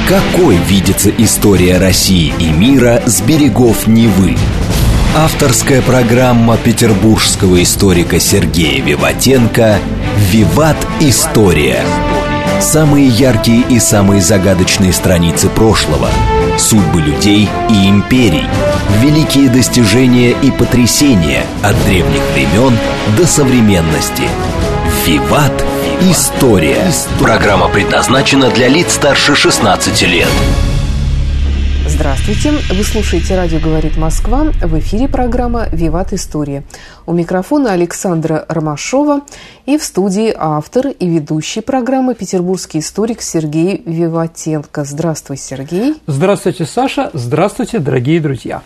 Какой видится история России и мира с берегов Невы? Авторская программа петербургского историка Сергея Виватенко «Виват. История». Самые яркие и самые загадочные страницы прошлого, судьбы людей и империй, великие достижения и потрясения от древних времен до современности. «Виват. История». Программа предназначена для лиц старше 16 лет. Здравствуйте! Вы слушаете «Радио говорит Москва». В эфире программа «Виват. История». У микрофона Александра Ромашова и в студии автор и ведущий программы петербургский историк Сергей Виватенко. Здравствуй, Сергей! Здравствуйте, Саша! Здравствуйте, дорогие друзья!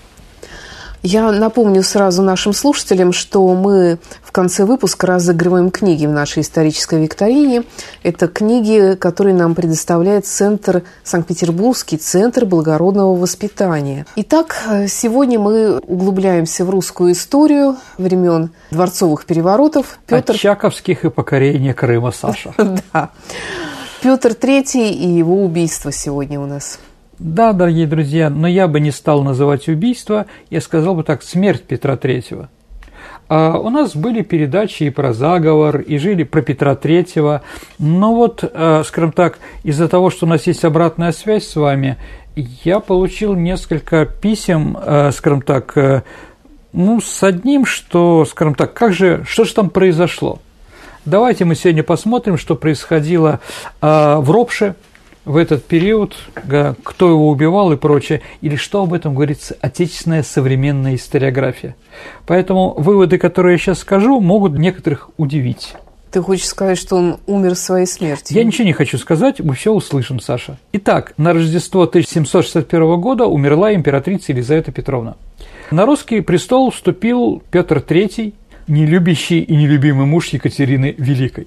Я напомню сразу нашим слушателям, что мы в конце выпуска разыгрываем книги в нашей исторической викторине. Это книги, которые нам предоставляет Санкт-Петербургский центр благородного воспитания. Итак, сегодня мы углубляемся в русскую историю времен дворцовых переворотов. Очаковских и покорения Крыма, Саша. Да. Петр III и его убийство сегодня у нас. Да, дорогие друзья, но я бы не стал называть убийство, я сказал бы так, смерть Петра III. У нас были передачи и про заговор, и жили про Петра III, но вот, скажем так, из-за того, что у нас есть обратная связь с вами, я получил несколько писем, скажем так, с одним, что, скажем так, что же там произошло. Давайте мы сегодня посмотрим, что происходило в Ропше в этот период, кто его убивал и прочее, или что об этом говорит отечественная современная историография. Поэтому выводы, которые я сейчас скажу, могут некоторых удивить. Ты хочешь сказать, что он умер своей смертью? Я ничего не хочу сказать, мы все услышим, Саша. Итак, на Рождество 1761 года умерла императрица Елизавета Петровна. На русский престол вступил Петр III, нелюбящий и нелюбимый муж Екатерины Великой.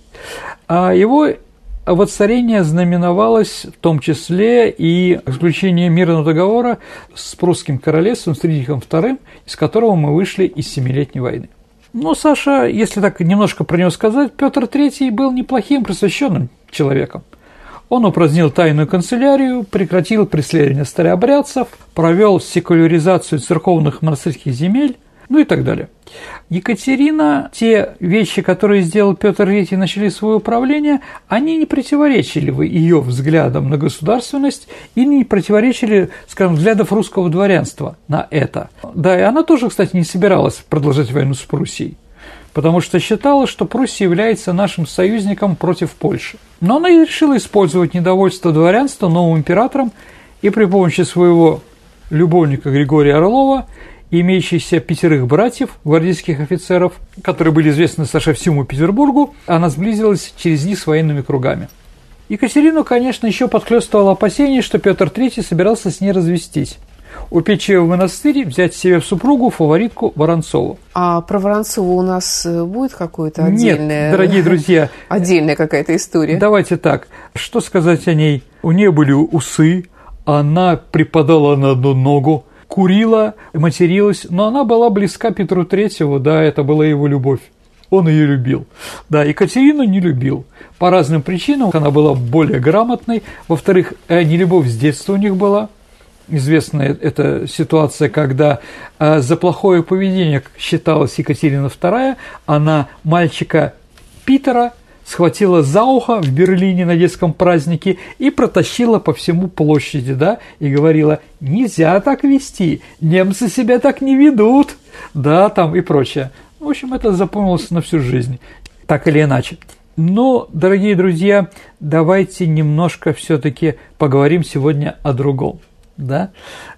А его воцарение знаменовалось в том числе и заключением мирного договора с прусским королевством, с Фридрихом II, из которого мы вышли из Семилетней войны. Но, Саша, если так немножко про него сказать, Петр III был неплохим просвещенным человеком. Он упразднил тайную канцелярию, прекратил преследование старообрядцев, провел секуляризацию церковных монастырских земель, ну и так далее. Екатерина, те вещи, которые сделал Петр III, начали свое управление, они не противоречили ее взглядам на государственность и не противоречили, скажем, взглядов русского дворянства на это. Да, и она тоже, кстати, не собиралась продолжать войну с Пруссией, потому что считала, что Пруссия является нашим союзником против Польши. Но она и решила использовать недовольство дворянства новым императором и при помощи своего любовника Григория Орлова, имеющихся 5 братьев, гвардейских офицеров, которые были известны, Саша, всему Петербургу, она сблизилась через них с военными кругами. Екатерину, конечно, еще подхлёстывало опасение, что Петр III собирался с ней развестись, упечь ее в монастырь, взять себе в супругу фаворитку Воронцову. А про Воронцову у нас будет какое-то отдельное... Нет, дорогие друзья. Отдельная какая-то история. Давайте так, что сказать о ней? У нее были усы, она припадала на одну ногу, курила, материлась, но она была близка Петру III, да, это была его любовь. Он ее любил. Да, Екатерину не любил. По разным причинам. Она была более грамотной. Во-вторых, нелюбовь с детства у них была. Известная эта ситуация, когда за плохое поведение считалась Екатерина II, она мальчика Питера схватила за ухо в Берлине на детском празднике и протащила по всему площади, да, и говорила: нельзя так вести, немцы себя так не ведут, да, там и прочее. В общем, это запомнилось на всю жизнь, так или иначе. Но, дорогие друзья, давайте немножко все-таки поговорим сегодня о другом, да.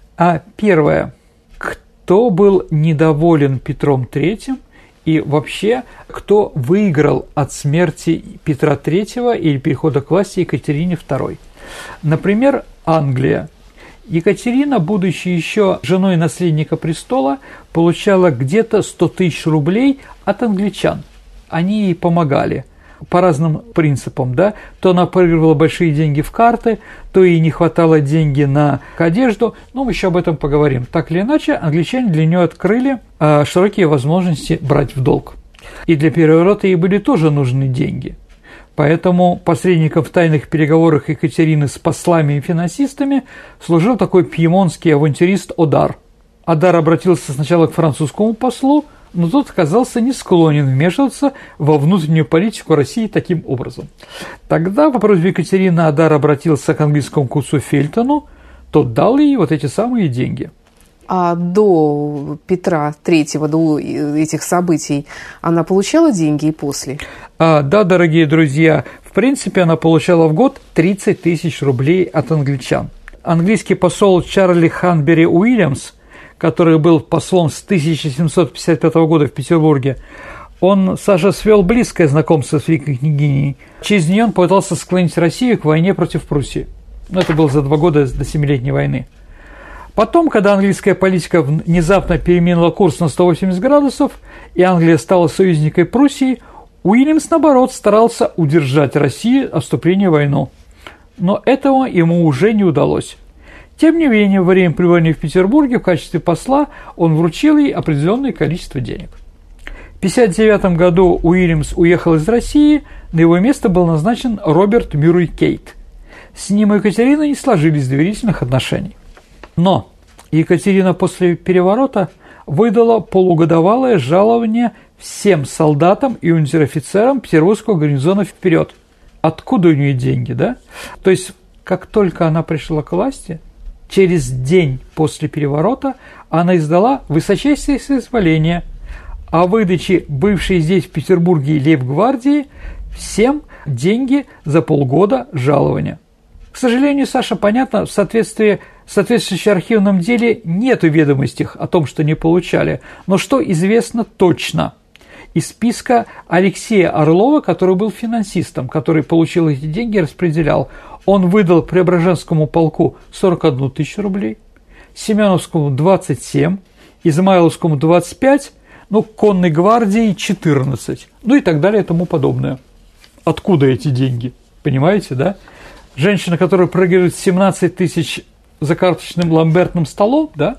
Первое, кто был недоволен Петром III, и вообще, кто выиграл от смерти Петра III или перехода к власти Екатерине II? Например, Англия. Екатерина, будучи еще женой наследника престола, получала где-то 100 тысяч рублей от англичан. Они ей помогали по разным принципам, да, то она проигрывала большие деньги в карты, то ей не хватало деньги на одежду, но мы еще об этом поговорим. Так или иначе, англичане для нее открыли широкие возможности брать в долг. И для переворота ей были тоже нужны деньги. Поэтому посредником в тайных переговорах Екатерины с послами и финансистами служил такой пьемонтский авантюрист Одар. Одар обратился сначала к французскому послу, но тот оказался не склонен вмешиваться во внутреннюю политику России таким образом. Тогда по просьбе Екатерины Одар обратился к английскому купцу Фельтону, тот дал ей вот эти самые деньги. А до Петра III, до этих событий, она получала деньги и после? Да, дорогие друзья, в принципе, она получала в год 30 тысяч рублей от англичан. Английский посол Чарли Ханбери Уильямс, который был послом с 1755 года в Петербурге, он, Саша, свел близкое знакомство с великой княгиней. Через нее он пытался склонить Россию к войне против Пруссии. Но это было за 2 года до Семилетней войны. Потом, когда английская политика внезапно переменила курс на 180 градусов, и Англия стала союзникой Пруссии, Уильямс, наоборот, старался удержать Россию от вступления в войну. Но этого ему уже не удалось. Тем не менее, во время пребывания в Петербурге в качестве посла он вручил ей определенное количество денег. В 1959 году Уильямс уехал из России, на его место был назначен Роберт Мюррей Кейт. С ним и Екатериной не сложились доверительных отношений. Но Екатерина после переворота выдала полугодовалое жалование всем солдатам и унтер-офицерам Петербургского гарнизона вперед. Откуда у нее деньги, да? То есть, как только она пришла к власти, через день после переворота она издала высочайшее соизволение о выдаче бывшей здесь в Петербурге лейб-гвардии всем деньги за полгода жалования. К сожалению, Саша, понятно, в соответствующем архивном деле нет ведомостей о том, что не получали, но что известно точно из списка Алексея Орлова, который был финансистом, который получил эти деньги и распределял. Он выдал Преображенскому полку 41 тысячу рублей, Семеновскому 27, Измайловскому 25, конной гвардии 14, и так далее и тому подобное. Откуда эти деньги? Понимаете, да? Женщина, которая проигрывает 17 тысяч за карточным ламбертным столом, да,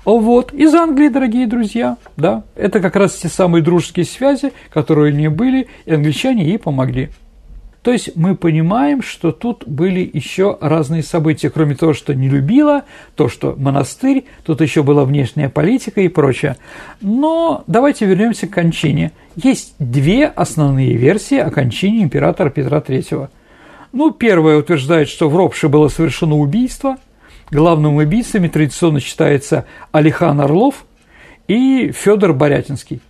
из Англии, дорогие друзья, да, это как раз те самые дружеские связи, которые у нее были, и англичане ей помогли. То есть мы понимаем, что тут были еще разные события, кроме того, что не любила, то, что монастырь, тут еще была внешняя политика и прочее. Но давайте вернемся к кончине. Есть 2 основные версии о кончине императора Петра III. Первая утверждает, что в Ропше было совершено убийство. Главными убийцами традиционно считается Алихан Орлов и Федор Борятинский.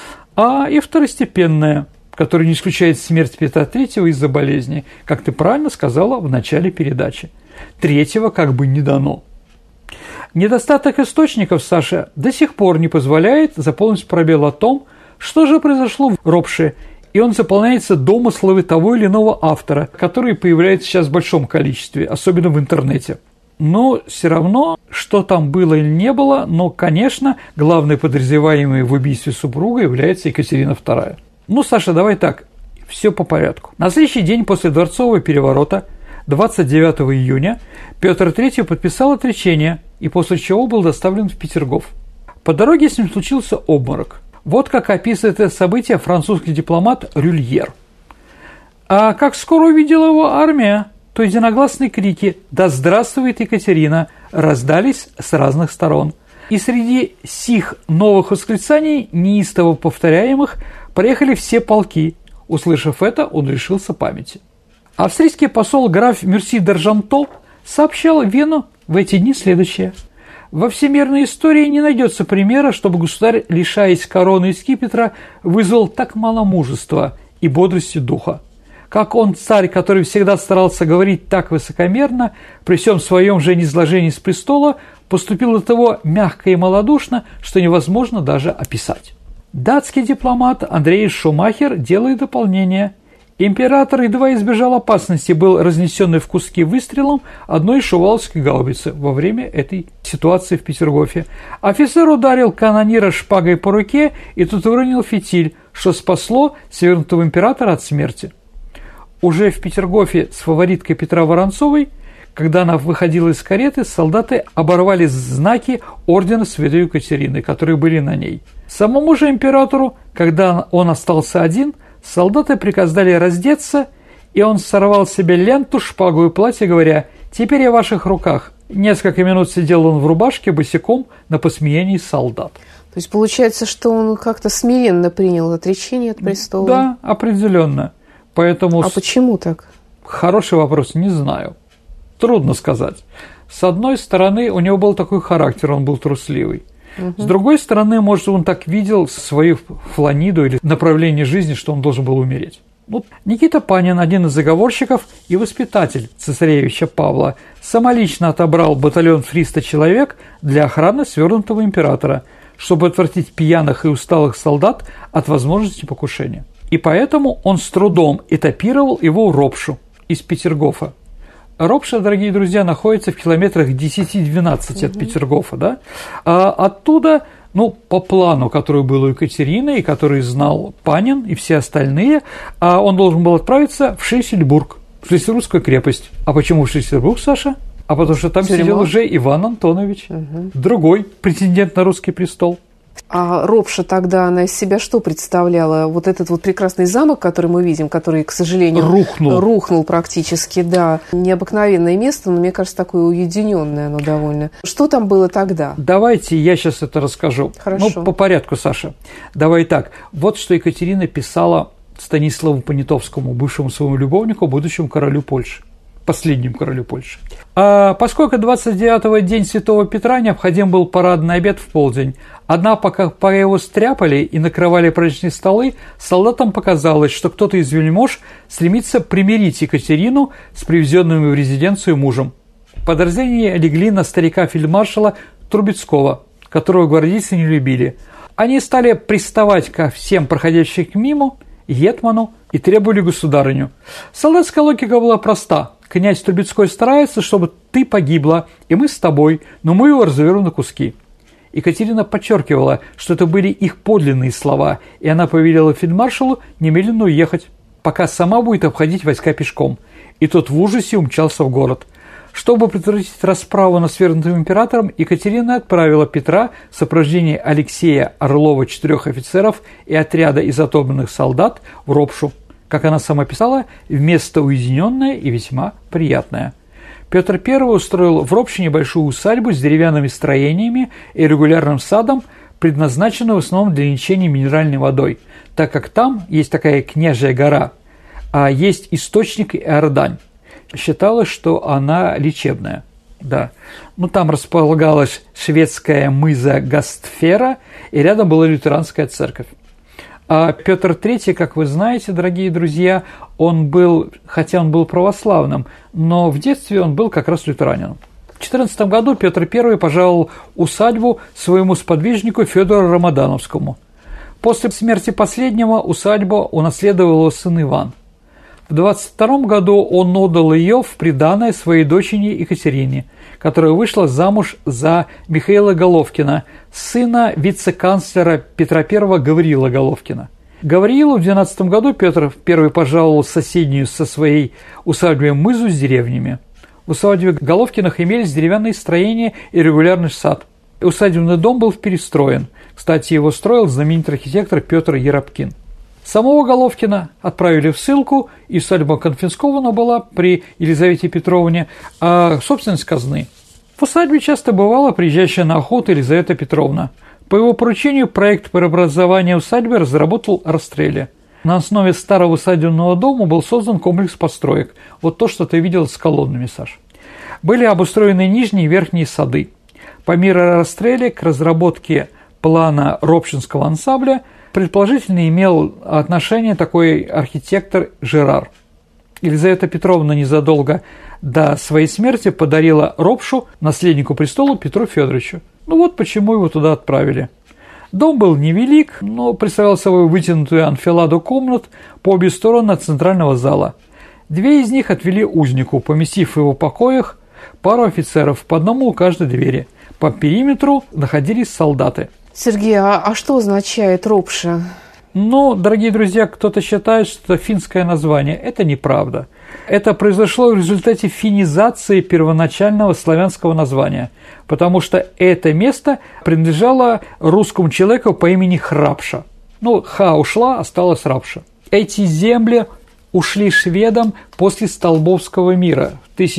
И второстепенная, которая не исключает смерть Петра III из-за болезни, как ты правильно сказала в начале передачи. Третьего как бы не дано. Недостаток источников, Саша, до сих пор не позволяет заполнить пробел о том, что же произошло в Ропше, и он заполняется домыслами того или иного автора, который появляется сейчас в большом количестве, особенно в интернете. Но все равно, что там было или не было, но, конечно, главной подозреваемой в убийстве супруга является Екатерина II. Саша, давай так, все по порядку. На следующий день после дворцового переворота, 29 июня, Петр III подписал отречение, и после чего был доставлен в Петергоф. По дороге с ним случился обморок. Вот как описывает это событие французский дипломат Рюльер. А как скоро увидела его армия, то единогласные крики «Да здравствует Екатерина!» раздались с разных сторон. И среди сих новых восклицаний, неистово повторяемых, проехали все полки. Услышав это, он лишился памяти. Австрийский посол граф Мюрси д'Аржанто сообщал в Вену в эти дни следующее. Во всемирной истории не найдется примера, чтобы государь, лишаясь короны и скипетра, вызвал так мало мужества и бодрости духа. Как он, царь, который всегда старался говорить так высокомерно, при всем своем же низложении с престола, поступил до того мягко и малодушно, что невозможно даже описать. Датский дипломат Андрей Шумахер делает дополнение. Император едва избежал опасности, был разнесенный в куски выстрелом одной шуваловской гаубицы во время этой ситуации в Петергофе. Офицер ударил канонира шпагой по руке, и тот выронил фитиль, что спасло свергнутого императора от смерти. Уже в Петергофе с фавориткой Петра Воронцовой, когда она выходила из кареты, солдаты оборвали знаки ордена Святой Екатерины, которые были на ней. Самому же императору, когда он остался один, солдаты приказали раздеться и он сорвал себе ленту, шпагу и платье, говоря: «Теперь я в ваших руках». Несколько минут сидел он в рубашке босиком на посмеянии солдат. То есть получается, что он как-то смиренно принял отречение от престола? Да, определенно. Поэтому... А почему так? Хороший вопрос, не знаю. Трудно сказать. С одной стороны, у него был такой характер, он был трусливый. С другой стороны, может, он так видел свою фланиду или направление жизни, что он должен был умереть. Вот Никита Панин, один из заговорщиков и воспитатель цесаревича Павла, самолично отобрал батальон в 300 человек для охраны свернутого императора, чтобы отвратить пьяных и усталых солдат от возможности покушения. И поэтому он с трудом этапировал его в Ропшу из Петергофа. Ропша, дорогие друзья, находится в километрах 10-12 от Петергофа, да? А оттуда, по плану, который был у Екатерины и который знал Панин и все остальные, он должен был отправиться в Шлиссельбург, в Шлиссельбургскую крепость. А почему в Шлиссельбург, Саша? А потому что там сидел уже Иван Антонович, другой претендент на русский престол. А Ропша тогда, она из себя что представляла? Вот этот вот прекрасный замок, который мы видим, который, к сожалению, рухнул практически, да. Необыкновенное место, но, мне кажется, такое уединенное оно довольно. Что там было тогда? Давайте я сейчас это расскажу. Хорошо. По порядку, Саша. Давай так. Вот что Екатерина писала Станиславу Понятовскому, бывшему своему любовнику, будущему королю Польши. Последним королю Польши. Поскольку 29-го день Святого Петра необходим был парадный обед в полдень, однако пока его стряпали и накрывали праздничные столы, солдатам показалось, что кто-то из вельмож стремится примирить Екатерину с привезенным в резиденцию мужем. Подозрения легли на старика фельдмаршала Трубецкого, которого гвардейцы не любили. Они стали приставать ко всем проходящим мимо, гетману, и требовали государыню. Солдатская логика была проста. Князь Трубецкой старается, чтобы ты погибла, и мы с тобой, но мы его разорвем на куски. Екатерина подчеркивала, что это были их подлинные слова, и она повелела фельдмаршалу немедленно уехать, пока сама будет обходить войска пешком. И тот в ужасе умчался в город. Чтобы предотвратить расправу над свергнутым императором, Екатерина отправила Петра в сопровождении Алексея Орлова, 4 офицеров и отряда из отобранных солдат в Ропшу. Как она сама писала, в место уединенное и весьма приятное. Петр I устроил в Ропше небольшую усадьбу с деревянными строениями и регулярным садом, предназначенную в основном для лечения минеральной водой, так как там есть такая Княжья гора, а есть источник Иордань. Считалось, что она лечебная. Да. Там располагалась шведская мыза Гастфера, и рядом была лютеранская церковь. А Петр III, как вы знаете, дорогие друзья, хотя он был православным, но в детстве он был как раз лютеранином. В 14 году Петр I пожаловал усадьбу своему сподвижнику Федору Рамадановскому. После смерти последнего усадьбу унаследовал его сын Иван. В 22 году он отдал ее в приданое своей дочери Екатерине, которая вышла замуж за Михаила Головкина, сына вице-канцлера Петра I Гавриила Головкина. Гавриилу в 12 году Петр I пожаловал соседнюю со своей усадьбой мызу с деревнями. В усадьбе Головкиных имелись деревянные строения и регулярный сад. Усадебный дом был перестроен. Кстати, его строил знаменитый архитектор Петр Еропкин. Самого Головкина отправили в ссылку, и усадьба конфискована была при Елизавете Петровне, а собственность казны. В усадьбе часто бывала приезжающая на охоту Елизавета Петровна. По его поручению проект преобразования усадьбы разработал Растрелли. На основе старого усадебного дома был создан комплекс построек. Вот то, что ты видел с колоннами, Саш. Были обустроены нижние и верхние сады. По миру Растрелли к разработке плана Ропшинского ансамбля предположительно имел отношение такой архитектор Жерар. Елизавета Петровна незадолго до своей смерти подарила Ропшу наследнику престола Петру Федоровичу. Вот почему его туда отправили. Дом был невелик, но представлял собой вытянутую анфиладу комнат по обе стороны от центрального зала. 2 из них отвели узнику, поместив в его покоях пару офицеров, по одному у каждой двери. По периметру находились солдаты. Сергей, а что означает Ропша? Дорогие друзья, кто-то считает, что это финское название. Это неправда. Это произошло в результате финизации первоначального славянского названия, потому что это место принадлежало русскому человеку по имени Храпша. Ха ушла, осталась Рапша. Эти земли ушли шведам после Столбовского мира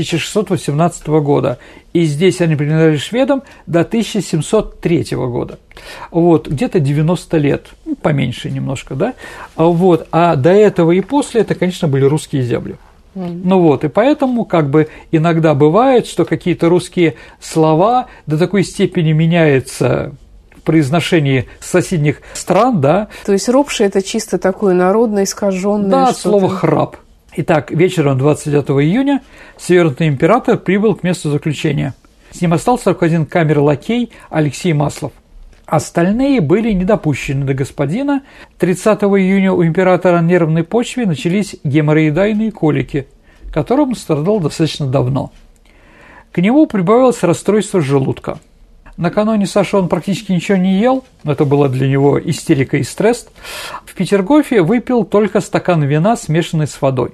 1618 года. И здесь они принадлежали шведам до 1703 года. Вот, где-то 90 лет, ну, поменьше немножко, да? Вот, а до этого и после это, конечно, были русские земли. Ну вот, и поэтому как бы иногда бывает, что какие-то русские слова до такой степени меняются в произношении соседних стран, да. То есть ропши – это чисто такое народное, искаженное. Да, от слова «храп». Итак, вечером 29 июня Северный император прибыл к месту заключения. С ним остался только один камер-лакей Алексей Маслов. Остальные были не допущены до господина. 30 июня у императора на нервной почве начались геморроидальные колики, которым он страдал достаточно давно. К нему прибавилось расстройство желудка. Накануне, Саша, он практически ничего не ел, это было для него истерика и стресс. В Петергофе выпил только стакан вина, смешанный с водой.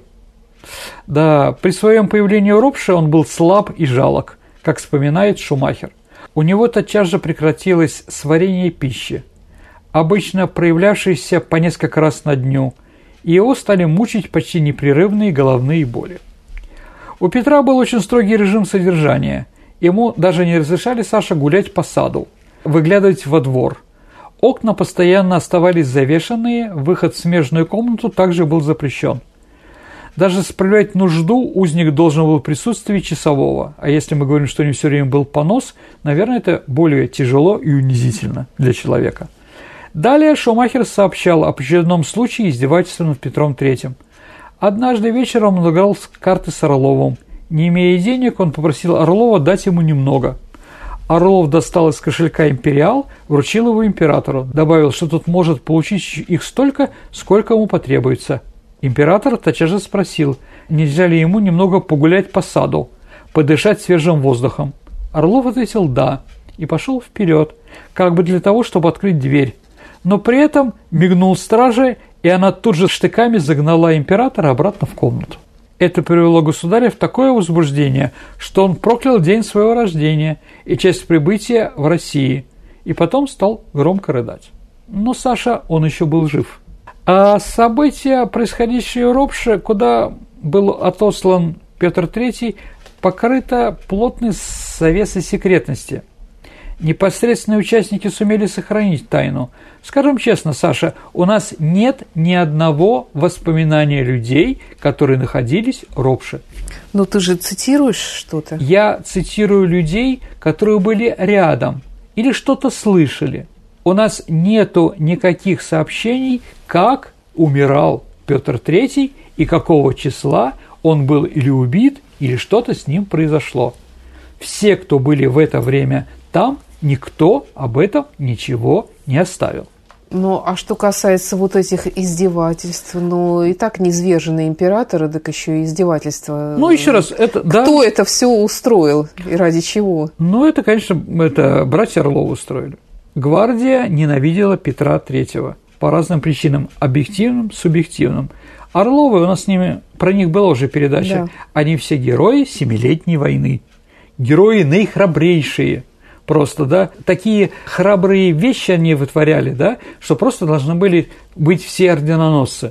Да, при своем появлении в Ропше он был слаб и жалок, как вспоминает Шумахер. У него тотчас же прекратилось сварение пищи, обычно проявлявшееся по несколько раз на дню, и его стали мучить почти непрерывные головные боли. У Петра был очень строгий режим содержания. Ему даже не разрешали, Саша, гулять по саду, выглядывать во двор. Окна постоянно оставались завешенные, выход в смежную комнату также был запрещен. Даже справлять нужду узник должен был в присутствии часового, а если мы говорим, что у него все время был понос, наверное, это более тяжело и унизительно для человека. Далее Шумахер сообщал об очередном случае издевательства над Петром III. Однажды вечером он играл в карты с Орловым. Не имея денег, он попросил Орлова дать ему немного. Орлов достал из кошелька империал, вручил его императору, добавил, что тот может получить их столько, сколько ему потребуется. Император тотчас же спросил, нельзя ли ему немного погулять по саду, подышать свежим воздухом. Орлов ответил «да» и пошел вперед, как бы для того, чтобы открыть дверь. Но при этом мигнул страже, и она тут же штыками загнала императора обратно в комнату. Это привело государя в такое возбуждение, что он проклял день своего рождения и часть прибытия в России, и потом стал громко рыдать. Но Саша, он еще был жив. А события, происходящие в Ропше, куда был отослан Петр III, покрыто плотной завесой секретности. Непосредственные участники сумели сохранить тайну. Скажем честно, Саша, у нас нет ни одного воспоминания людей, которые находились в Ропше. Но ты же цитируешь что-то. Я цитирую людей, которые были рядом или что-то слышали. У нас нету никаких сообщений, как умирал Петр III и какого числа он был или убит, или что-то с ним произошло. Все, кто были в это время там, никто об этом ничего не оставил. Ну, а что касается вот этих издевательств, ну, и так низверженные императоры, так еще и издевательства. Ну, еще раз, это... Кто это все устроил и ради чего? Ну, это, конечно, это братья Орловы устроили. Гвардия ненавидела Петра III по разным причинам, объективным, субъективным. Орловы, у нас с ними, про них была уже передача, да. Они все герои Семилетней войны, герои наихрабрейшие. Просто, да, такие храбрые вещи они вытворяли, да, что просто должны были быть все орденоносцы.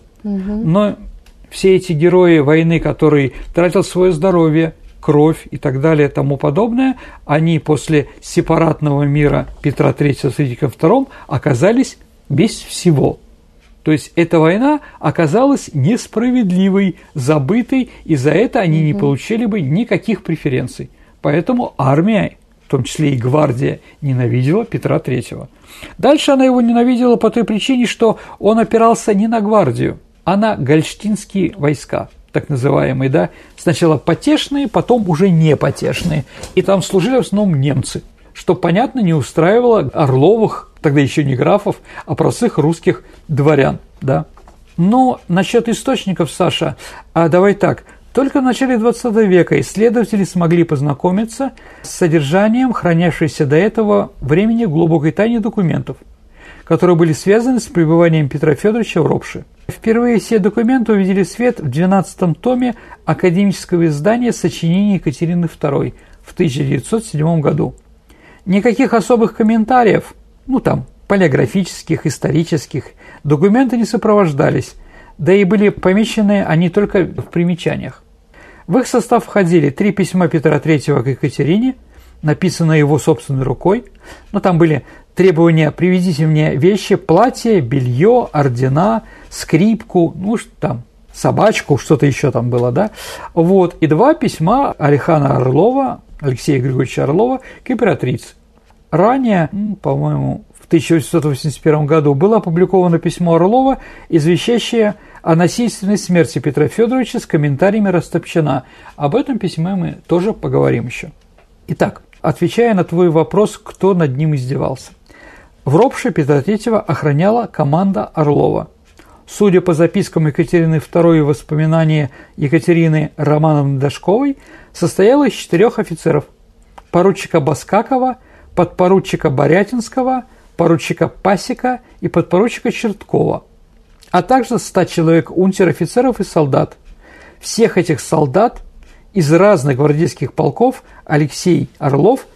Но все эти герои войны, которые тратят свое здоровье, кровь и так далее, тому подобное, они после сепаратного мира Петра III с Фридрихом II оказались без всего. То есть эта война оказалась несправедливой, забытой, и за это они не получили бы никаких преференций. Поэтому армия, в том числе и гвардия, ненавидела Петра III. Дальше она его ненавидела по той причине, что он опирался не на гвардию, а на гольштинские войска, так называемые, да, сначала потешные, потом уже не потешные, и там служили в основном немцы, что, понятно, не устраивало Орловых, тогда еще не графов, а простых русских дворян, да. Но насчет источников, Саша, давай так. Только в начале XX века исследователи смогли познакомиться с содержанием хранявшихся до этого времени в глубокой тайне документов, которые были связаны с пребыванием Петра Федоровича в Ропше. Впервые все документы увидели свет в 12-м томе академического издания «Сочинений Екатерины II» в 1907 году. Никаких особых комментариев, палеографических, исторических, документы не сопровождались. да и были помечены они только в примечаниях. В их состав входили 3 письма Петра III к Екатерине, написанные его собственной рукой, но там были требования: привезите мне вещи, платье, белье, ордена, скрипку, ну что там, собачку, что-то еще там было, да, вот, и 2 письма Алексея Григорьевича Орлова к императрице. Ранее, по-моему, в 1881 году было опубликовано письмо Орлова, извещающее о насильственной смерти Петра Федоровича с комментариями Растопчина. Об этом письме мы тоже поговорим еще. Итак, отвечая на твой вопрос, кто над ним издевался. В ропше Петра III охраняла команда Орлова. Судя по запискам Екатерины II и воспоминаниям Екатерины Романовны Дашковой, состояла из 4 офицеров: поручика Баскакова, подпоручика Борятинского, поручика Пасека и подпоручика Черткова, а также 100 человек унтер-офицеров и солдат. Всех этих солдат из разных гвардейских полков Алексей Орлов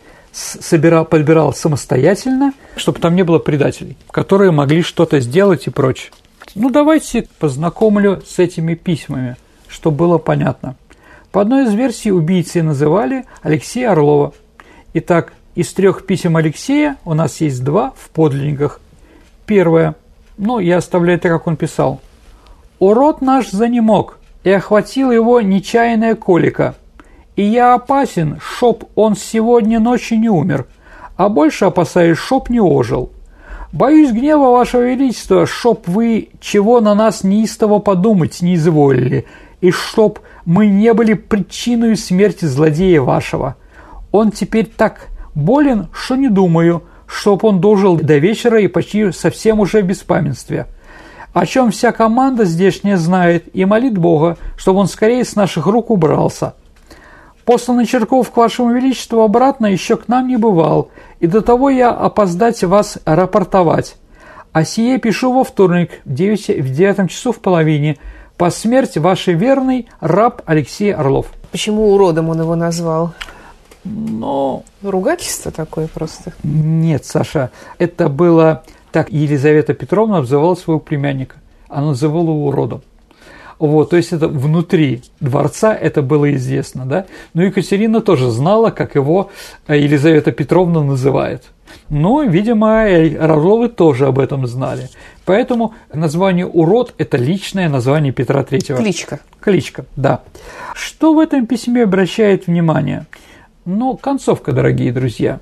подбирал самостоятельно, чтобы там не было предателей, которые могли что-то сделать и прочее. Ну, давайте познакомлю с этими письмами, чтобы было понятно. По одной из версий убийцей называли Алексея Орлова. Итак, из 3 писем Алексея у нас есть 2 в подлинниках. Первое. Я оставляю так, как он писал. «Урод наш занемог, и охватил его нечаянная колика. И я опасен, чтоб он сегодня ночью не умер, а больше опасаюсь, чтоб не ожил. Боюсь гнева вашего величества, чтоб вы чего на нас неистово подумать не изволили, и чтоб мы не были причиной смерти злодея вашего. Он теперь так болен, что не думаю, чтоб он дожил до вечера и почти совсем уже в беспамятстве. О чем вся команда здешняя знает и молит Бога, чтобы он скорее с наших рук убрался. Посланный Черков к вашему величеству обратно еще к нам не бывал, и до того я опоздать вас рапортовать. А сие пишу во вторник в 9 часу в половине, по смерти вашей верный раб Алексей Орлов». Почему уродом он его назвал? Ругательство такое просто? Нет, Саша, это было так. Елизавета Петровна обзывала своего племянника. Она называла его уродом. Вот, то есть это внутри дворца это было известно, да. Но Екатерина тоже знала, как его Елизавета Петровна называет. Но, видимо, Орловы тоже об этом знали. Поэтому название «урод» – это личное название Петра III. Кличка. Кличка, да. Что в этом письме обращает внимание? Концовка, дорогие друзья.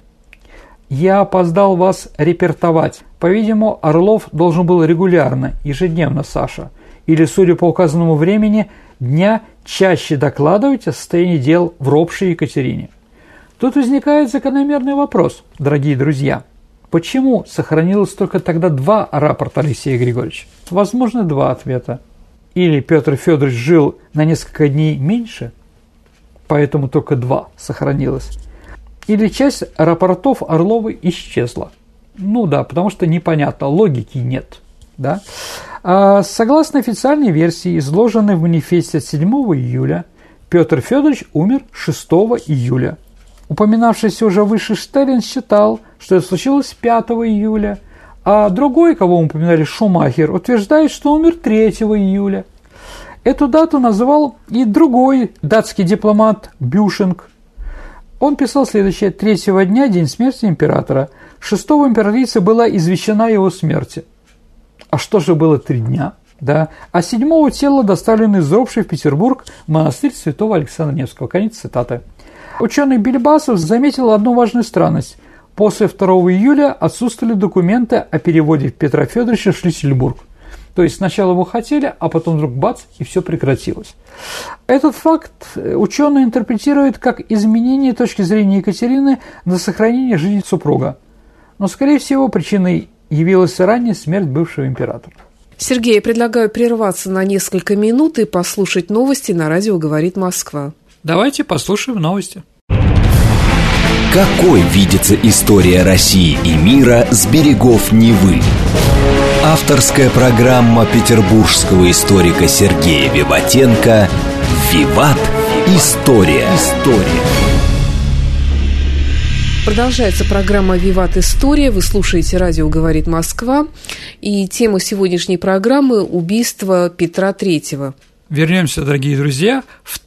«Я опоздал вас репертовать. По-видимому, Орлов должен был регулярно, ежедневно, Саша, или, судя по указанному времени, дня чаще докладывать о состоянии дел в ропше Екатерине». Тут возникает закономерный вопрос, дорогие друзья. Почему сохранилось только тогда 2 рапорта Алексея Григорьевича? Возможно, 2 ответа. Или Петр Федорович жил на несколько дней меньше, поэтому только 2 сохранилось. Или часть рапортов Орловой исчезла. Потому что непонятно, логики нет. Да? Согласно официальной версии, изложенной в манифесте от 7 июля, Петр Федорович умер 6 июля. Упоминавшийся уже выше Штеллин считал, что это случилось 5 июля, а другой, кого мы упоминали, Шумахер, утверждает, что умер 3 июля. Эту дату называл и другой датский дипломат Бюшинг. Он писал следующее: 3-го дня, день смерти императора, 6-го императрица была извещена о его смерти. А что же было 3 дня? Да? А 7-го тело доставлено из ропши в Петербург в монастырь святого Александра Невского. Конец цитаты. Ученый Бельбасов заметил одну важную странность. После 2 июля отсутствовали документы о переводе Петра Федоровича в Шлиссельбург. То есть сначала его хотели, а потом вдруг бац, и все прекратилось. Этот факт ученые интерпретируют как изменение точки зрения Екатерины на сохранение жизни супруга. Но, скорее всего, причиной явилась ранняя смерть бывшего императора. Сергей, я предлагаю прерваться на несколько минут и послушать новости на радио «Говорит Москва». Давайте послушаем новости. Какой видится история России и мира с берегов Невы? Авторская программа петербургского историка Сергея Виватенко «Виват. История». Продолжается программа «Виват. История». Вы слушаете «Радио говорит Москва». И тема сегодняшней программы – убийство Петра III. Вернемся, дорогие друзья, в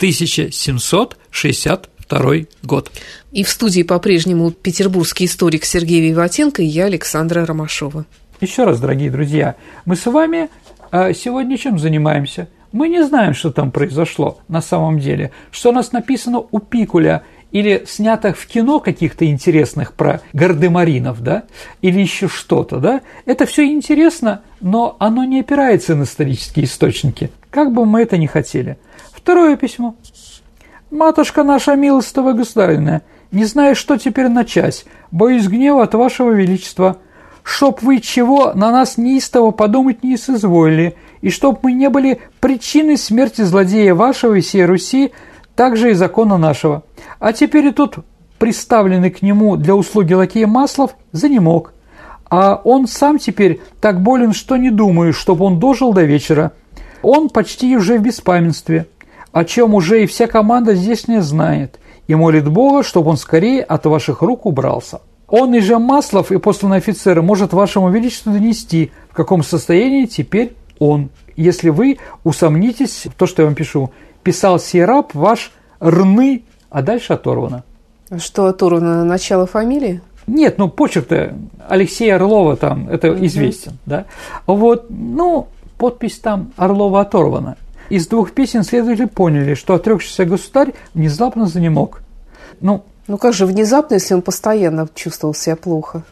1762 год. И в студии по-прежнему петербургский историк Сергей Виватенко и я, Александра Ромашова. Еще раз, дорогие друзья, мы с вами сегодня чем занимаемся? Мы не знаем, что там произошло на самом деле, что у нас написано у Пикуля или снято в кино каких-то интересных про гардемаринов, да, или еще что-то, да, это все интересно, но оно не опирается на исторические источники, как бы мы это ни хотели. Второе письмо. «Матушка наша милостивая государыня, не знаю, что теперь начать, боюсь гнева от вашего величества, чтоб вы чего на нас неистово подумать не соизволили, и чтоб мы не были причиной смерти злодея вашего и сей Руси, также и закона нашего. А теперь и тут приставленный к нему для услуги лакея Маслов занемог. А он сам теперь так болен, что не думаю, чтобы он дожил до вечера. Он почти уже в беспамятстве, о чем уже и вся команда здесь не знает, и молит Бога, чтобы он скорее от ваших рук убрался. Он и же Маслов и посланный офицер может вашему величеству донести, в каком состоянии теперь он, если вы усомнитесь в том, что я вам пишу. Писал сей раб ваш Рны, а дальше оторвано». Что оторвано? Начало фамилии? Нет, ну почерк-то Алексея Орлова там, это известен, да. Вот, ну, подпись там Орлова оторвана. Из двух песен следователи поняли, что отрекшийся государь внезапно занемог. Ну как же внезапно, если он постоянно чувствовал себя плохо?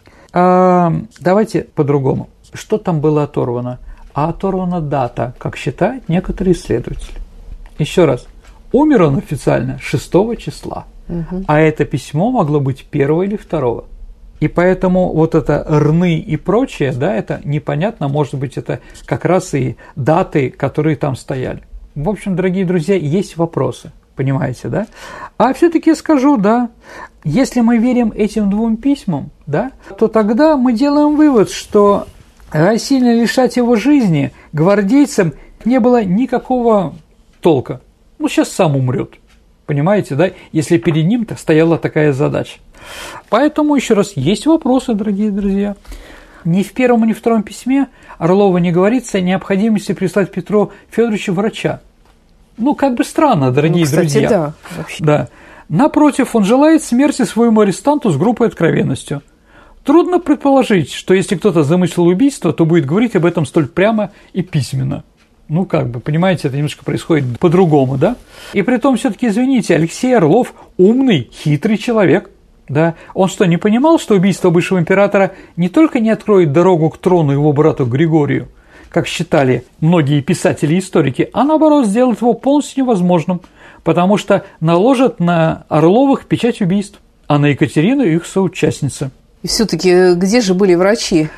Давайте по-другому. Что там было оторвано? А оторвана дата, как считают некоторые исследователи. Еще раз. Умер он официально 6 числа, а это письмо могло быть 1 или 2. И поэтому вот это Рны и прочее, да, это непонятно, может быть, это как раз и даты, которые там стояли. В общем, дорогие друзья, есть вопросы, понимаете, да? А все-таки скажу, да, если мы верим этим двум письмам, да, то тогда мы делаем вывод, что сильно лишать его жизни гвардейцам не было никакого толка. Ну, сейчас сам умрет, понимаете, да, если перед ним-то стояла такая задача. Поэтому, еще раз, есть вопросы, дорогие друзья. Ни в первом, ни в втором письме Орлова не говорится о необходимости прислать Петру Федоровичу врача. Ну, как бы странно, дорогие друзья. Да, вообще. Да. Напротив, он желает смерти своему арестанту с грубой откровенностью. Трудно предположить, что если кто-то замыслил убийство, то будет говорить об этом столь прямо и письменно. Ну, как бы, понимаете, это немножко происходит по-другому, да? И при том, все-таки, извините, Алексей Орлов умный, хитрый человек, да? Он что, не понимал, что убийство бывшего императора не только не откроет дорогу к трону его брату Григорию, как считали многие писатели и историки, а наоборот сделает его полностью невозможным, потому что наложат на Орловых печать убийств, а на Екатерину их соучастницы. И все-таки где же были врачи?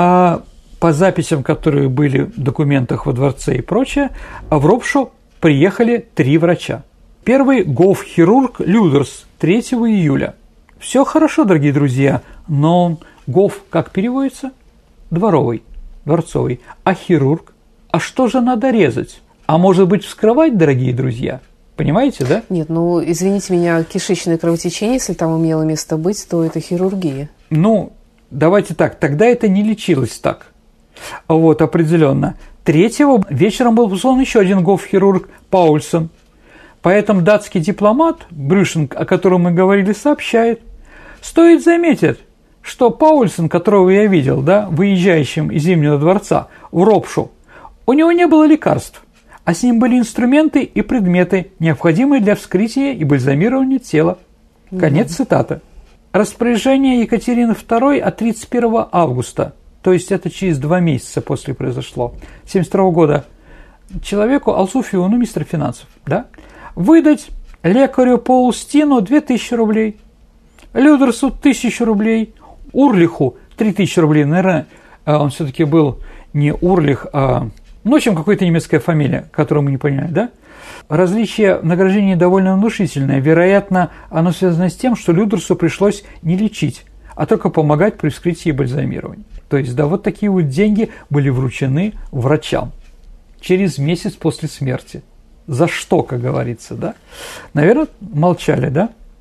По записям, которые были в документах во дворце и прочее, в Ропшу приехали 3 врача. Первый – гоф-хирург Людерс 3 июля. Все хорошо, дорогие друзья, но гоф как переводится? Дворовый, дворцовый. А хирург? А что же надо резать? А может быть вскрывать, дорогие друзья? Понимаете, да? Нет, ну, извините меня, кишечное кровотечение, если там имело место быть, то это хирургия. Ну, давайте так, тогда это не лечилось так. Вот, определенно. 3-го вечером был послан еще один гоф-хирург Паульсон. Поэтому датский дипломат Брюшинг, о котором мы говорили, сообщает. Стоит заметить, что Паульсон, которого я видел, да, выезжающим из Зимнего дворца в Ропшу, у него не было лекарств, а с ним были инструменты и предметы, необходимые для вскрытия и бальзамирования тела. Конец цитаты. Распоряжение Екатерины II от 31 августа, то есть это через 2 месяца после произошло, 1972 года, человеку Алсуфиону, министру финансов, да, выдать лекарю Паустину 2000 рублей, Людерсу 1000 рублей, Урлиху 3000 рублей, наверное, он все-таки был не Урлих, а, ну, в общем, какая-то немецкая фамилия, которую мы не понимаем, да? Различие в награждении довольно внушительное. Вероятно, оно связано с тем, что Людерсу пришлось не лечить, а только помогать при вскрытии и бальзамировании. То есть, да, вот такие вот деньги были вручены врачам через месяц после смерти. За что, как говорится, да? Наверное, молчали, да?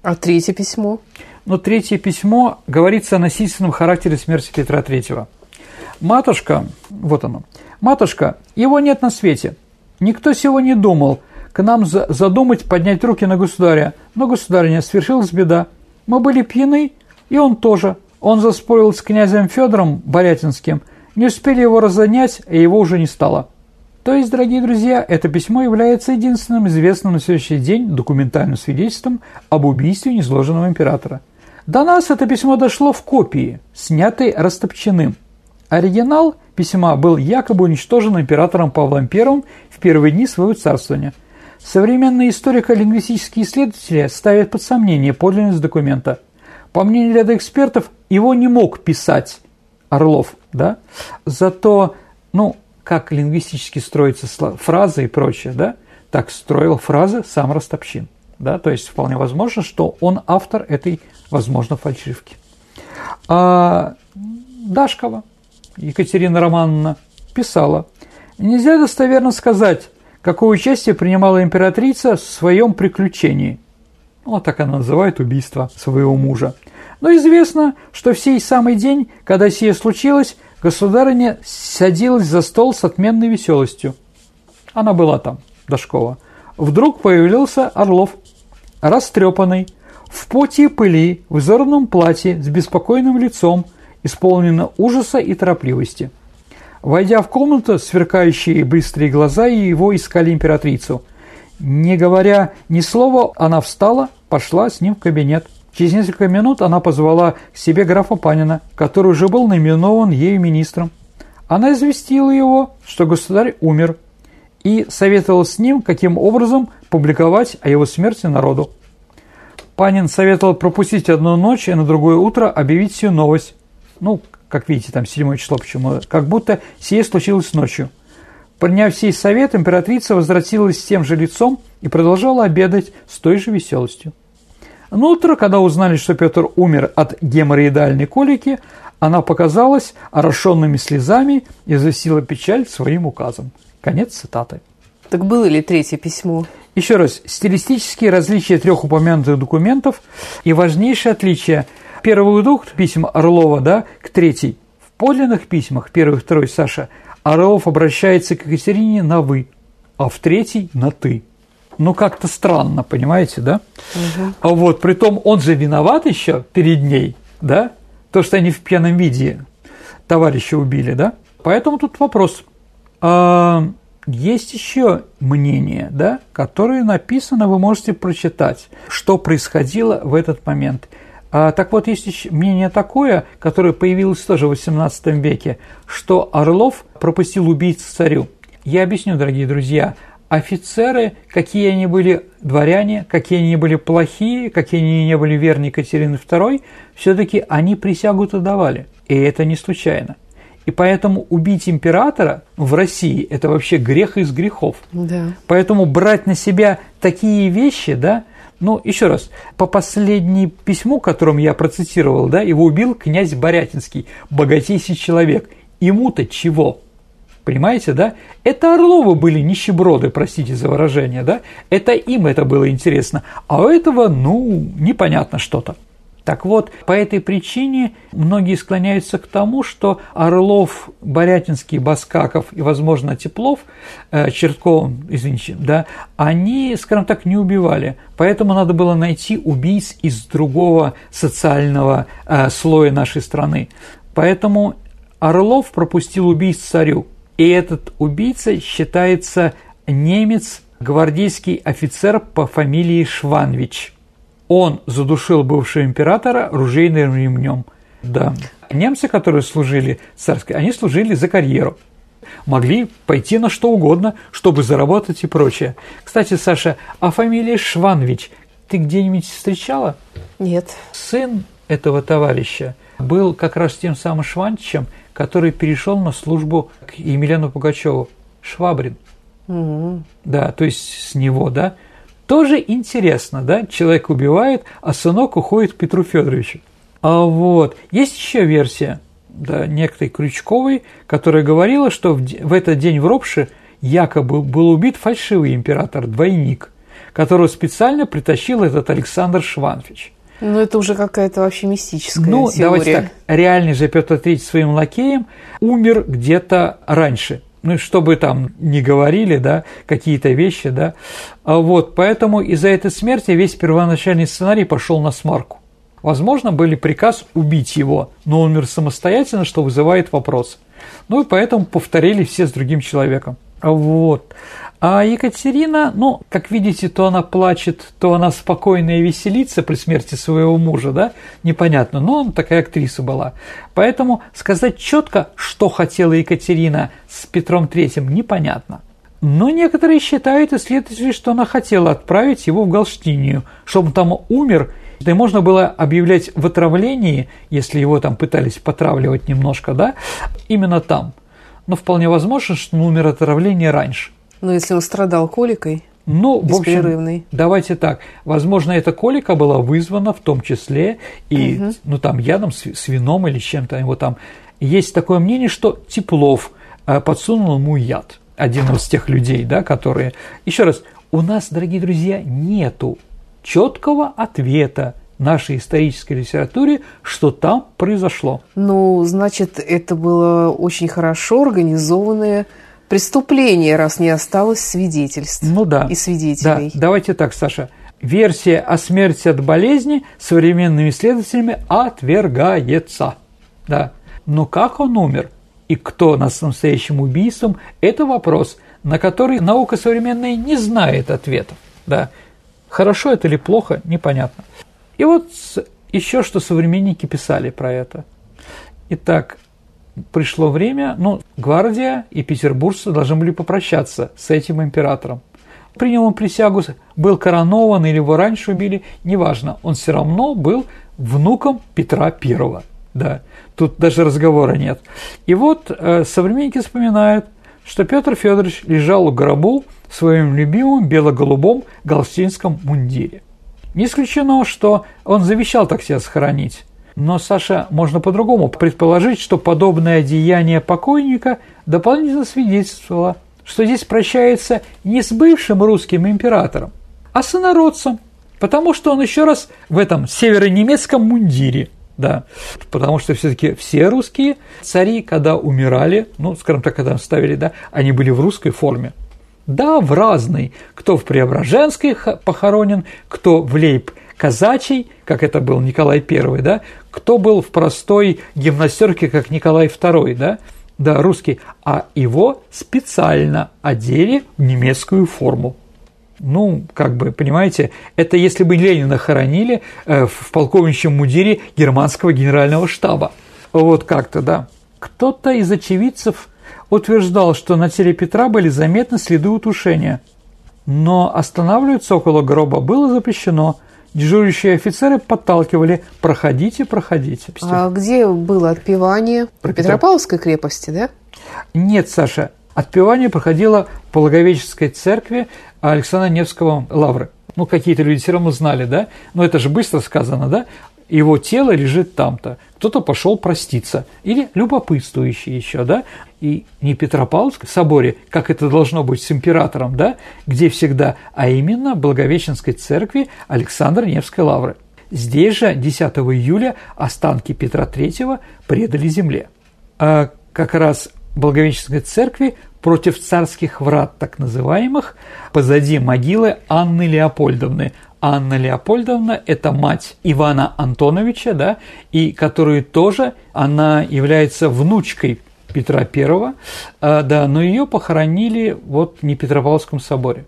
А третье письмо? Но третье письмо говорится о насильственном характере смерти Петра III. «Матушка, вот оно, матушка, его нет на свете. Никто сего не думал к нам задумать поднять руки на государя. Но, государыня, свершилась беда. Мы были пьяны, и он тоже. Он заспорил с князем Федором Борятинским. Не успели его разонять, и его уже не стало». То есть, дорогие друзья, это письмо является единственным известным на следующий день документальным свидетельством об убийстве незложенного императора. До нас это письмо дошло в копии, снятой Растопчиным. Оригинал письма был якобы уничтожен императором Павлом I в первые дни своего царствования. Современные историко-лингвистические исследователи ставят под сомнение подлинность документа. По мнению ряда экспертов, его не мог писать Орлов, да? Зато, как лингвистически строятся фразы и прочее, да? Так строил фразы сам Растопчин, да? То есть вполне возможно, что он автор этой, возможно, фальшивки. Дашкова Екатерина Романовна писала: «Нельзя достоверно сказать, какое участие принимала императрица в своем приключении». Вот так она называет убийство своего мужа. Но известно, что в сей самый день, когда сие случилось, государыня садилась за стол с отменной веселостью. Она была там, Дашкова. Вдруг появился Орлов, растрепанный, в поте и пыли, в изорванном платье, с беспокойным лицом, исполнено ужаса и торопливости. Войдя в комнату, сверкающие быстрые глаза его искали императрицу. Не говоря ни слова, она встала, пошла с ним в кабинет. Через несколько минут она позвала к себе графа Панина, который уже был наименован ею министром. Она известила его, что государь умер, и советовала с ним, каким образом публиковать о его смерти народу. Панин советовал пропустить одну ночь и на другое утро объявить сию новость. Как видите, там 7 число, почему? Как будто сие случилось ночью. Приняв сей совет, императрица возвратилась с тем же лицом и продолжала обедать с той же веселостью. На утро, когда узнали, что Петр умер от геморроидальной колики, она показалась орошенными слезами и известила печаль своим указом. Конец цитаты. Так было ли третье письмо? Еще раз, стилистические различия трех упомянутых документов и важнейшее отличие первых двух писем Орлова, к третьей. В подлинных письмах, первых, второй, Саша, Орлов обращается к Екатерине на «вы», а в третий – на «ты». Как-то странно, понимаете, да? Угу. Притом он же виноват еще перед ней, да? То, что они в пьяном виде товарища убили, да? Поэтому тут вопрос. Есть еще мнение, которое написано, вы можете прочитать, что происходило в этот момент. Так вот, есть еще мнение такое, которое появилось тоже в XVIII веке, что Орлов пропустил убийцу царю. Я объясню, дорогие друзья. Офицеры, какие они были дворяне, какие они были плохие, какие они не были верны Екатерине II, все-таки они присягу-то давали, и это не случайно. И поэтому убить императора в России – это вообще грех из грехов. Да. Поэтому брать на себя такие вещи, еще раз, по последнему письму, которым я процитировал, его убил князь Борятинский, богатейший человек. Ему-то чего? Понимаете, да? Это Орловы были нищеброды, простите за выражение, Это им это было интересно, а у этого, непонятно что-то. Так вот, по этой причине многие склоняются к тому, что Орлов, Борятинский, Баскаков и, возможно, Теплов, Чертков, они, скажем так, не убивали. Поэтому надо было найти убийц из другого социального слоя нашей страны. Поэтому Орлов пропустил убийц царю. И этот убийца считается немец, гвардейский офицер по фамилии Шванвич. Он задушил бывшего императора ружейным ремнем. Да. Немцы, которые служили царской, они служили за карьеру. Могли пойти на что угодно, чтобы заработать и прочее. Кстати, Саша, а фамилия Шванвич ты где-нибудь встречала? Нет. Сын этого товарища был как раз тем самым Шванвичем, который перешел на службу к Емельяну Пугачеву. Швабрин. Угу. Да, то есть с него, Тоже интересно, человек убивает, а сынок уходит к Петру Федоровичу. Есть еще версия, некой Крючковой, которая говорила, что в этот день в Ропше якобы был убит фальшивый император, двойник, которого специально притащил этот Александр Шванфич. Ну, это уже какая-то вообще мистическая теория. Давайте так, реальный же Петр III своим лакеем умер где-то раньше. Ну, чтобы там не говорили, да, какие-то вещи, да. Вот, поэтому из-за этой смерти весь первоначальный сценарий пошел на смарку. Возможно, был приказ убить его, но он умер самостоятельно, что вызывает вопрос. Ну, и поэтому повторили все с другим человеком. Вот. А Екатерина, ну, как видите, то она плачет, то она спокойно и веселится при смерти своего мужа, да, непонятно, но она такая актриса была. Поэтому сказать четко, что хотела Екатерина с Петром III, непонятно. Но некоторые считают, исследователи, что она хотела отправить его в Галштинию, чтобы он там умер, да и можно было объявлять в отравлении, если его там пытались потравливать немножко, да, именно там. Но вполне возможно, что он умер от отравления раньше. Но если он страдал коликой, ну, беспрерывной. В общем, давайте так. Возможно, эта колика была вызвана в том числе и, ну, там, ядом с вином или чем-то. Его там. Есть такое мнение, что Теплов подсунул ему яд. Один из тех людей, да, которые... Еще раз, у нас, дорогие друзья, нету четкого ответа в нашей исторической литературе, что там произошло. Ну, значит, это было очень хорошо организованное преступление, раз не осталось свидетельств, ну, да, и свидетелей. Да, давайте так, Саша. Версия о смерти от болезни современными исследователями отвергается. Да. Но как он умер и кто над настоящим убийством – это вопрос, на который наука современная не знает ответов. Да. Хорошо это или плохо – непонятно. И вот еще что современники писали про это. Итак, пришло время, ну, гвардия и петербуржцы должны были попрощаться с этим императором. Принял он присягу, был коронован или его раньше убили, неважно, он все равно был внуком Петра I. Да, тут даже разговора нет. И вот современники вспоминают, что Петр Федорович лежал в гробу в своем любимом бело-голубом галштинском мундире. Не исключено, что он завещал так себя сохранить. Но, Саша, можно по-другому предположить, что подобное деяние покойника дополнительно свидетельствовало, что здесь прощается не с бывшим русским императором, а с инородцем, потому что он еще раз в этом северонемецком мундире. Да, потому что все-таки все русские цари, когда умирали, ну, скажем так, когда ставили, да, они были в русской форме. Да, в разной. Кто в Преображенской похоронен, кто в Лейб-Казачий, как это был Николай I, да, кто был в простой гимнастерке, как Николай II, да, да, русский, а его специально одели в немецкую форму. Ну, как бы, понимаете, это если бы Ленина хоронили в полковничьем мундире германского генерального штаба. Вот как-то, да. Кто-то из очевидцев утверждал, что на теле Петра были заметны следы удушения, но останавливаться около гроба было запрещено. Дежурящие офицеры подталкивали: проходите, проходите. А где было отпевание? Про Петропавловской крепости, да? Нет, Саша, отпевание проходило в Благовещенской церкви Александра Невского лавры. Ну, какие-то люди все равно знали, да? Но это же быстро сказано, да? Его тело лежит там-то. Кто-то пошел проститься. Или любопытствующий еще, да? И не Петропавловск в соборе, как это должно быть с императором, да? Где всегда, а именно в Благовещенской церкви Александра Невской лавры. Здесь же 10 июля останки Петра III предали земле. А как раз в Благовещенской церкви против царских врат, так называемых, позади могилы Анны Леопольдовны. Анна Леопольдовна – это мать Ивана Антоновича, да, и которую тоже, она является внучкой Петра I, да, но ее похоронили вот в Непетропавловском соборе.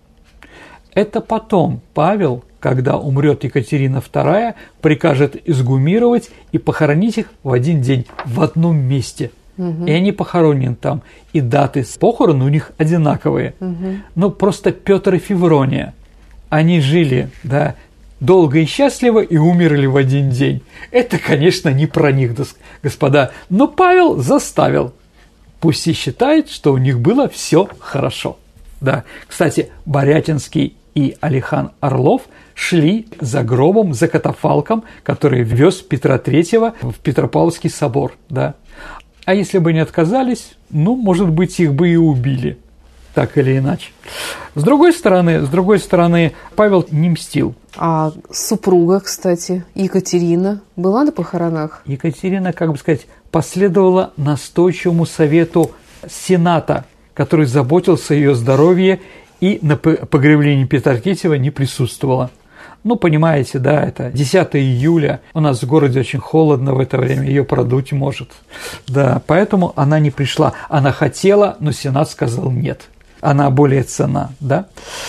Это потом Павел, когда умрет Екатерина II, прикажет изгумировать и похоронить их в один день, в одном месте. И они похоронены там, и даты похорон у них одинаковые. Ну, просто Петр и Феврония. Они жили, да, долго и счастливо и умерли в один день. Это, конечно, не про них, господа, но Павел заставил. Пусть и считает, что у них было все хорошо. Да. Кстати, Борятинский и Алихан Орлов шли за гробом, за катафалком, который вез Петра III в Петропавловский собор. Да. А если бы не отказались, ну, может быть, их бы и убили. так или иначе. С другой стороны, Павел не мстил. А супруга, кстати, Екатерина, была на похоронах? Екатерина, последовала настойчивому совету Сената, который заботился о ее здоровье и на погребении Петра III не присутствовала. Понимаете, да, это 10 июля, у нас в городе очень холодно в это время, ее продуть может. Да, поэтому она не пришла. Она хотела, но Сенат сказал нет. Она более ценна, да.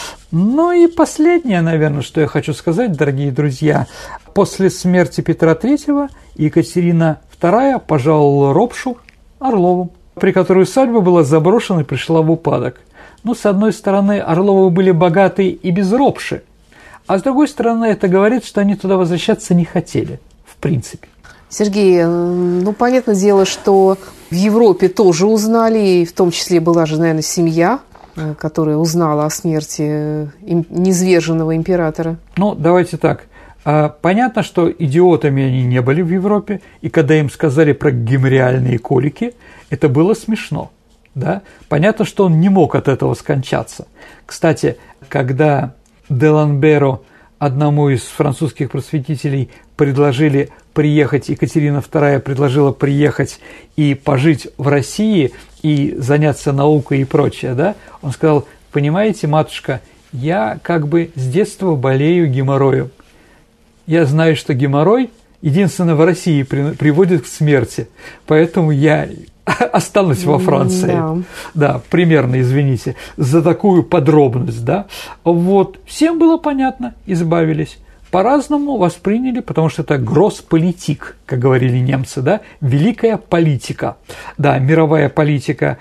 И последнее, наверное, что я хочу сказать, дорогие друзья. После смерти Петра III Екатерина II пожаловала ропшу Орлову, при которой усадьба была заброшена и пришла в упадок. С одной стороны, Орловы были богаты и без ропши, а с другой стороны, это говорит, что они туда возвращаться не хотели, в принципе. Сергей, понятное дело, что в Европе тоже узнали, и в том числе была же, наверное, семья, которая узнала о смерти низверженного императора. Давайте так. Понятно, что идиотами они не были в Европе, и когда им сказали про геморроидные колики, это было смешно. Да? Понятно, что он не мог от этого скончаться. Кстати, когда Деланберу, одному из французских просветителей, предложили приехать, Екатерина II предложила приехать и пожить в России и заняться наукой и прочее, да? Он сказал: понимаете, матушка, я с детства болею геморроем. Я знаю, что геморрой единственно в России приводит к смерти, поэтому я останусь во Франции. Да, примерно, извините, за такую подробность, да. Всем было понятно, избавились. По-разному восприняли, потому что это гроссполитик, как говорили немцы, да, великая политика, да, мировая политика.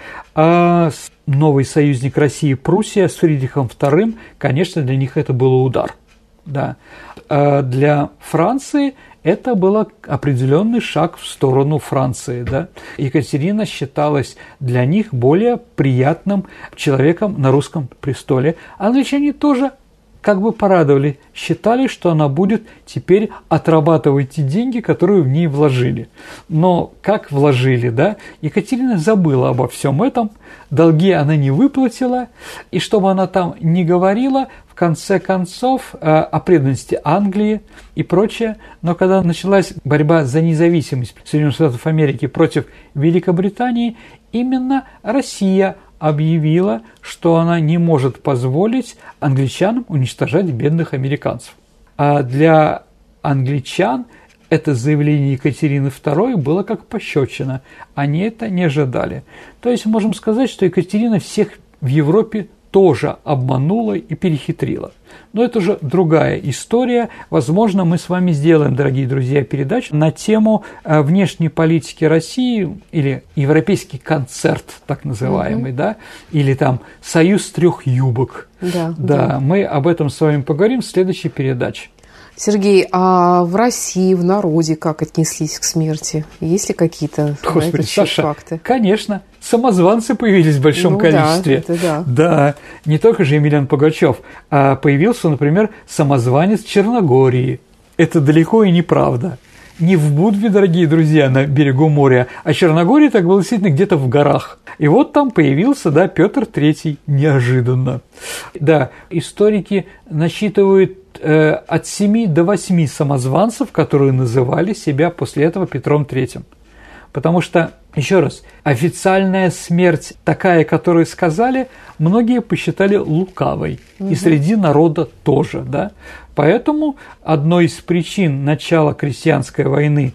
А новый союзник России Пруссия с Фридрихом II, конечно, для них это был удар, да. А для Франции это был определенный шаг в сторону Франции. Да? Екатерина считалась для них более приятным человеком на русском престоле. Англичане тоже порадовали, считали, что она будет теперь отрабатывать те деньги, которые в ней вложили. Но как вложили, да? Екатерина забыла обо всем этом, долги она не выплатила, и чтобы она там не говорила, в конце концов, о преданности Англии и прочее, но когда началась борьба за независимость Соединенных Штатов Америки против Великобритании, именно Россия объявила, что она не может позволить англичанам уничтожать бедных американцев. А для англичан это заявление Екатерины II было как пощечина. Они это не ожидали. То есть можем сказать, что Екатерина всех в Европе тоже обманула и перехитрила. Но это уже другая история. Возможно, мы с вами сделаем, дорогие друзья, передачу на тему внешней политики России или европейский концерт, так называемый, да, или там «Союз трех юбок». Да, мы об этом с вами поговорим в следующей передаче. Сергей, а в России, в народе как отнеслись к смерти? Есть ли какие-то факты? Конечно. Самозванцы появились в большом количестве. Да, не только же Емельян Пугачев, а появился, например, самозванец Черногории. Это далеко и неправда. Не в Будве, дорогие друзья, на берегу моря, а Черногория так было действительно где-то в горах. И там появился, да, Петр III неожиданно. Да, историки насчитывают от 7 до 8 самозванцев, которые называли себя после этого Петром III. Потому что, еще раз, официальная смерть такая, которую сказали, многие посчитали лукавой. И среди народа тоже, да. Поэтому одной из причин начала крестьянской войны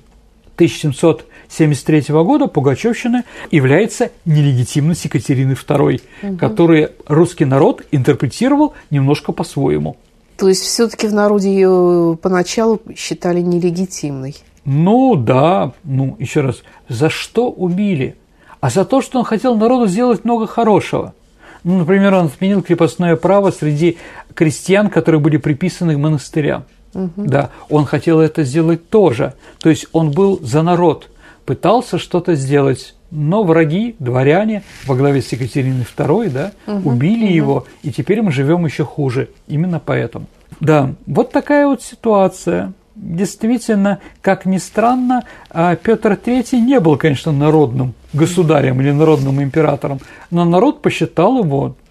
1773 года пугачевщины является нелегитимность Екатерины II, которую русский народ интерпретировал немножко по-своему. То есть все-таки в народе ее поначалу считали нелегитимной? Да, еще раз, за что убили? А за то, что он хотел народу сделать много хорошего. Например, он отменил крепостное право среди крестьян, которые были приписаны к монастырям. Да, он хотел это сделать тоже. То есть он был за народ, пытался что-то сделать. Но враги, дворяне во главе с Екатериной II, да, убили его, и теперь мы живем еще хуже. Именно поэтому. Да, вот такая ситуация. Действительно, как ни странно, Петр III не был, конечно, народным государем или народным императором, но народ посчитал его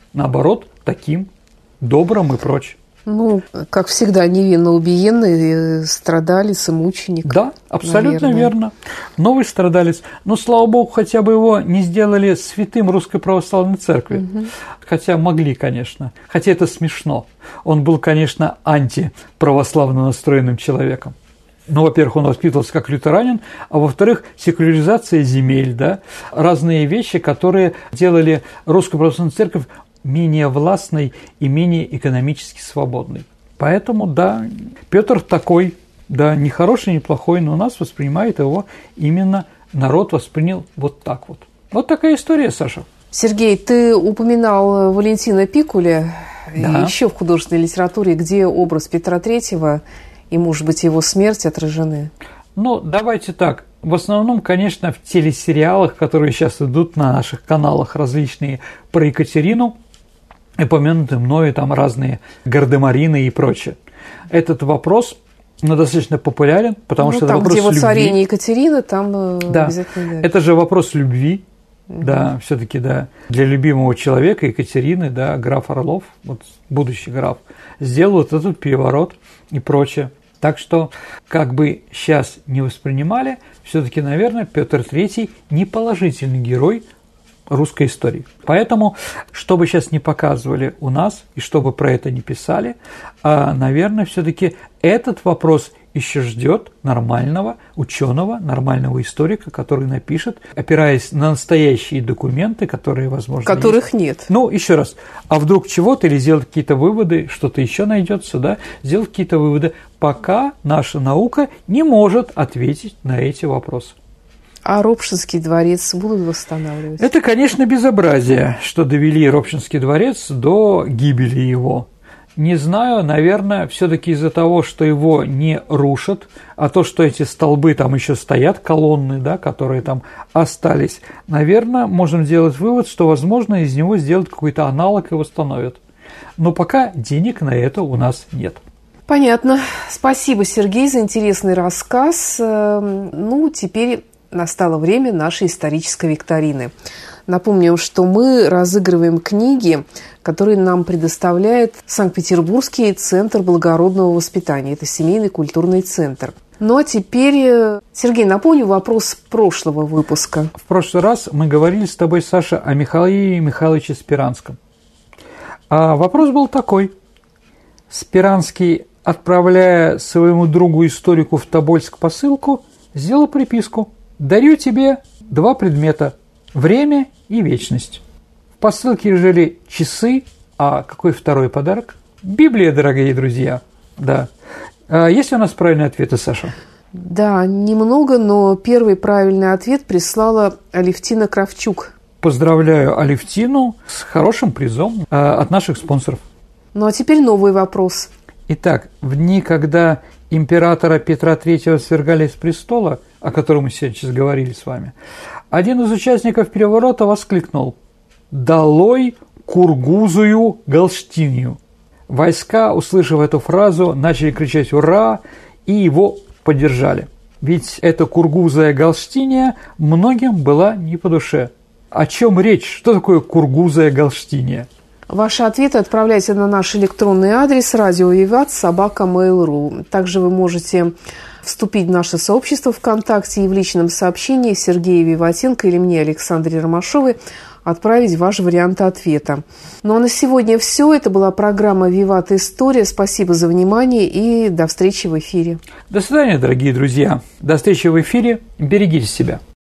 наоборот, таким добрым и прочее. Ну, как всегда, невинно убиенный страдалец и мученик. Да, абсолютно наверное. верно. Новый страдалец. Но, слава богу, хотя бы его не сделали святым Русской Православной Церкви. Угу. Хотя могли, конечно. Хотя это смешно. Он был, конечно, антиправославно настроенным человеком. Ну, во-первых, он воспитывался как лютеранин, а во-вторых, секуляризация земель, да, разные вещи, которые делали Русскую Православную Церковь менее властной и менее экономически свободной. Поэтому, да, Петр такой, да, не хороший, не плохой, но у нас воспринимает его именно народ воспринял вот так вот. Вот такая история, Саша. Сергей, ты упоминал Валентина Пикуля, да. Еще в художественной литературе, где образ Петра Третьего и, может быть, его смерть отражены? Ну, давайте так. В основном, конечно, в телесериалах, которые сейчас идут на наших каналах различные про Екатерину, упомянуты мною там разные Гардемарины и прочее. Этот вопрос достаточно популярен, потому что это там, вопрос где любви. царение Екатерины, там да. обязательно. Да. Это же вопрос любви, да, все-таки, да, для любимого человека Екатерины, да, граф Орлов, вот будущий граф, сделал вот этот переворот и прочее. Так что, как бы сейчас не воспринимали, все-таки, наверное, Петр III не положительный герой русской истории. Поэтому, что бы сейчас не показывали у нас и что бы про это не писали, наверное, все-таки этот вопрос еще ждет нормального ученого, нормального историка, который напишет, опираясь на настоящие документы, которые, возможно, которых есть. Нет. Ну, еще раз, а вдруг чего-то или сделать какие-то выводы, что-то еще найдется, да, сделать какие-то выводы, пока наша наука не может ответить на эти вопросы. А Ропшинский дворец будут восстанавливать? Это, конечно, безобразие, что довели Ропшинский дворец до гибели его. Не знаю, наверное, все-таки из-за того, что его не рушат, а то, что эти столбы там еще стоят, колонны, да, которые там остались, наверное, можем сделать вывод, что, возможно, из него сделают какой-то аналог и восстановят. Но пока денег на это у нас нет. Понятно. Спасибо, Сергей, за интересный рассказ. Ну, теперь настало время нашей исторической викторины. Напомним, что мы разыгрываем книги, которые нам предоставляет Санкт-Петербургский центр благородного воспитания. Это семейный культурный центр. Ну а теперь, Сергей, напомню вопрос прошлого выпуска. В прошлый раз мы говорили с тобой, Саша, о Михаиле Михайловиче Спиранском. А вопрос был такой. Спиранский, отправляя своему другу-историку в Тобольск посылку, сделал приписку: «Дарю тебе 2 предмета – время и вечность». В посылке лежали часы, а какой второй подарок? Библия, дорогие друзья. Да. Есть ли у нас правильные ответы, Саша? Да, немного, но первый правильный ответ прислала Алевтина Кравчук. Поздравляю Алевтину с хорошим призом от наших спонсоров. Ну а теперь новый вопрос. Итак, в дни, когда императора Петра III свергали с престола, о котором мы сейчас говорили с вами, один из участников переворота воскликнул: «Долой Кургузую Галштинию!». Войска, услышав эту фразу, начали кричать «Ура!» и его поддержали. Ведь эта Кургузая Галштиния многим была не по душе. О чем речь? Что такое Кургузая Галштиния? Ваши ответы отправляйте на наш электронный адрес radiovivat@mail.ru. Также вы можете вступить в наше сообщество ВКонтакте и в личном сообщении Сергея Виватенко или мне, Александре Ромашовой, отправить ваш вариант ответа. Ну а на сегодня все. Это была программа «Виват История». Спасибо за внимание и до встречи в эфире. До свидания, дорогие друзья. До встречи в эфире. Берегите себя.